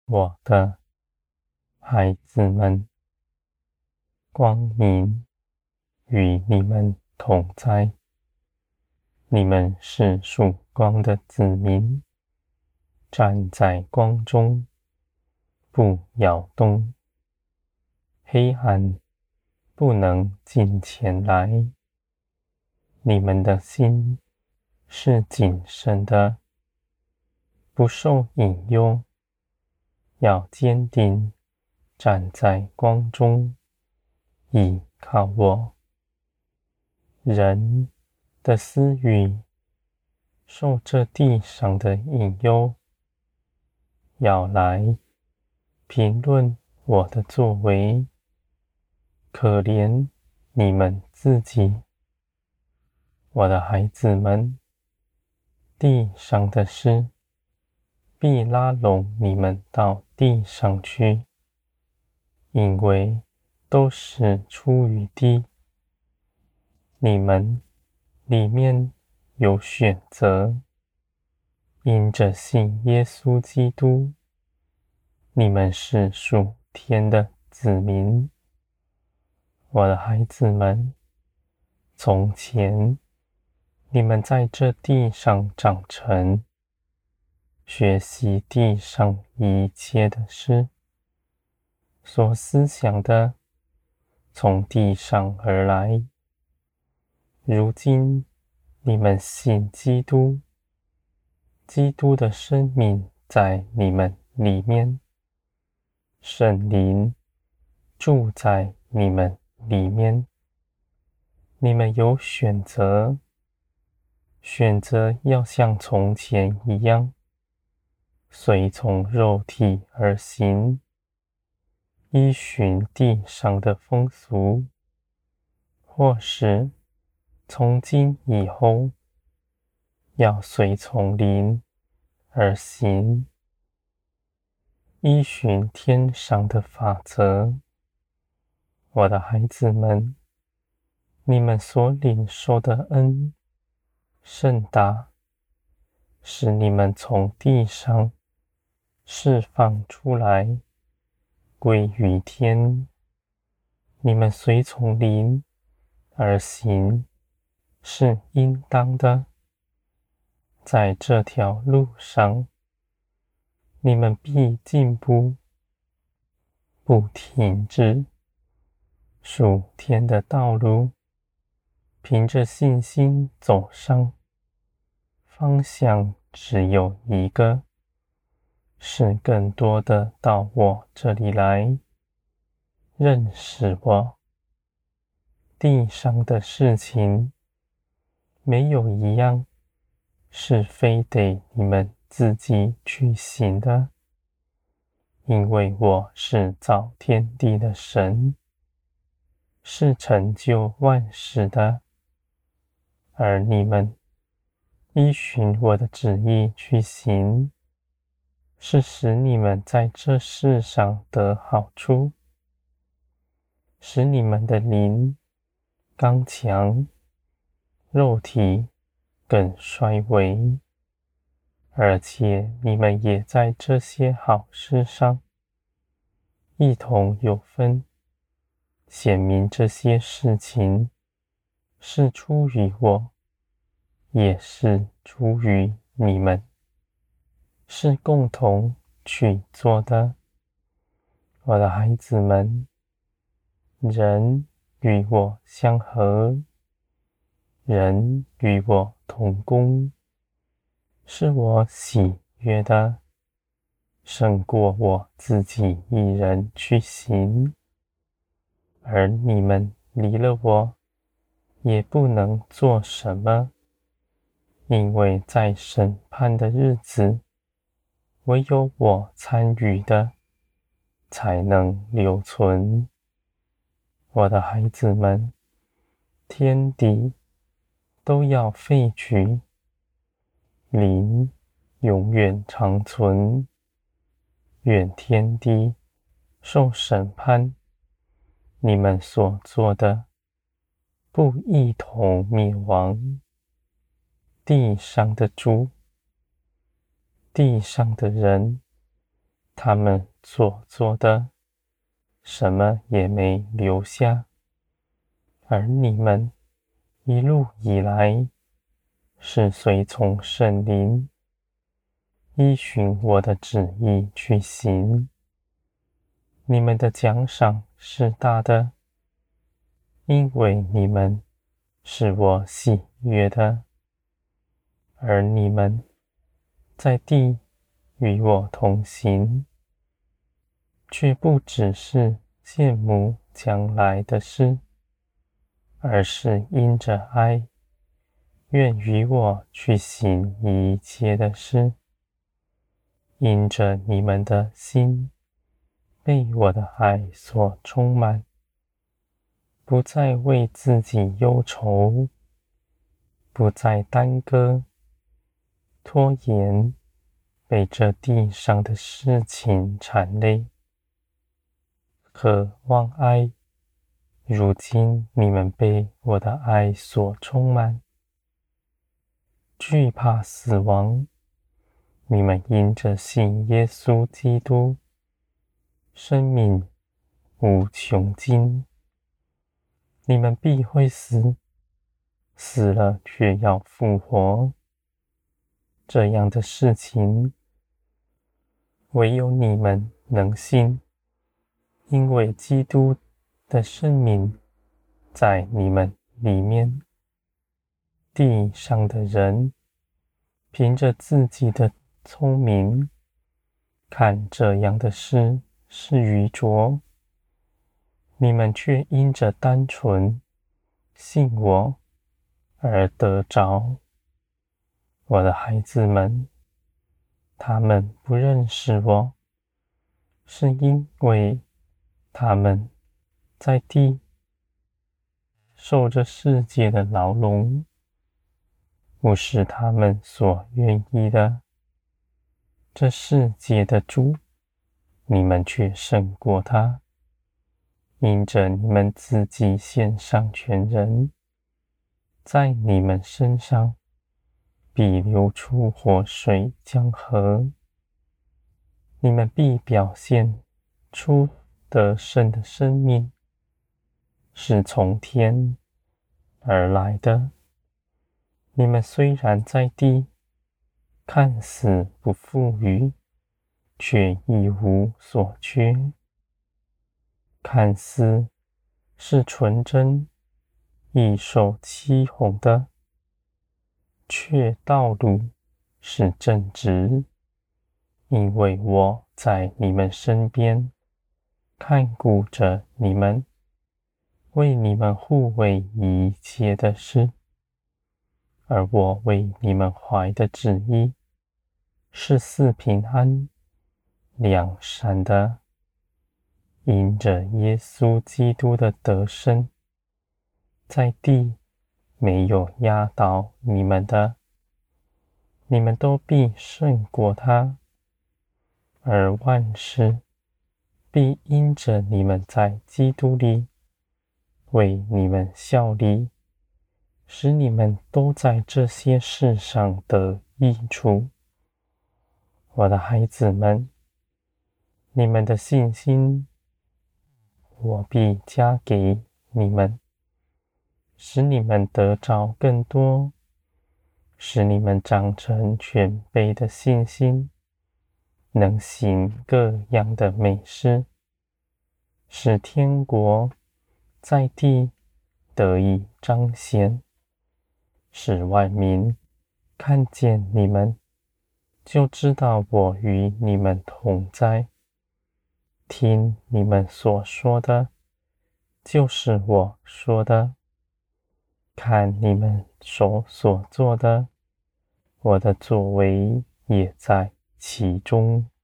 我的孩子们，光明与你们同在。你们是属光的子民，站在光中，不摇动。黑暗不能近前来。你们的心是谨慎的，不受引诱，要坚定站在光中，倚靠我。人的私欲受这地上的引诱，要来评论我的作为，可怜你们自己。我的孩子们，地上的事必拉拢你们到地上去，因为都是出于地。你们里面有选择，因着信耶稣基督，你们是属天的子民。我的孩子们，从前你们在这地上长成，学习地上一切的事，所思想的从地上而来。如今你们信基督，基督的生命在你们里面，圣灵住在你们里面。你们有选择，选择要像从前一样，随从肉体而行，依循地上的风俗，或是从今以后要随从灵而行，依循天上的法则。我的孩子们，你们所领受的恩甚大，使你们从地上释放出来，归于天。你们随从灵而行，是应当的。在这条路上，你们必进步，不停止。属天的道路，凭着信心走上，方向只有一个，是更多的到我这里来，认识我。地上的事情，没有一样是非得你们自己去行的，因为我是造天地的神，是成就万事的，而你们依循我的旨意去行，是使你们在这世上得好处，使你们的灵刚强，肉体更衰微，而且你们也在这些好事上一同有分，显明这些事情是出于我，也是出于你们，是共同去做的。我的孩子们，人与我相合，人与我同工，是我喜悦的，胜过我自己一人去行。而你们离了我，也不能做什么，因为在审判的日子，唯有我参与的，才能留存。我的孩子们，天地都要废去，灵永远长存。愿天地受审判，你们所做的不一同灭亡。地上的主，地上的人，他他们所做的什么也没留下，而你们一路以来是随从圣灵，依循我的旨意去行。你们的奖赏是大的，因为你们是我喜悦的，而你们在地与我同行，却不只是羡慕将来的事，而是因着爱，愿与我去行一切的事，因着你们的心被我的爱所充满，不再为自己忧愁，不再耽搁、拖延，被这地上的事情缠累，渴望爱。如今你们被我的爱所充满，惧怕死亡，你们因着信耶稣基督，生命无穷尽。你们必会死，死了却要复活。这样的事情，唯有你们能信，因为基督的生命在你们里面。地上的人凭着自己的聪明，看这样的事是愚拙，你们却因着单纯信我而得着。我的孩子们，他们不认识我，是因为他们在地受着世界的牢笼，不是他们所愿意的。这世界的主，你们却胜过他，因着你们自己献上全人，在你们身上必流出活水江河。你们必表现出得胜的生命，是从天而来的。你们虽然在地看似不富裕，却一无所缺；看似是纯真、易受欺哄的，却道路是正直。因为我在你们身边，看顾着你们，为你们护卫一切的事。而我为你们怀的旨意，是赐平安、良善的，因着耶稣基督的得胜，在地没有压倒你们的，你们都必胜过他，而万事必因着你们在基督里为你们效力，使你们都在这些事上得益处。我的孩子们，你们的信心，我必加给你们，使你们得着更多，使你们长成全备的信心，能行各样的美事，使天国在地得以彰显，使万民看见你们，就知道我与你们同在。听你们所说的，就是我说的；看你们所做的，我的作为也在其中。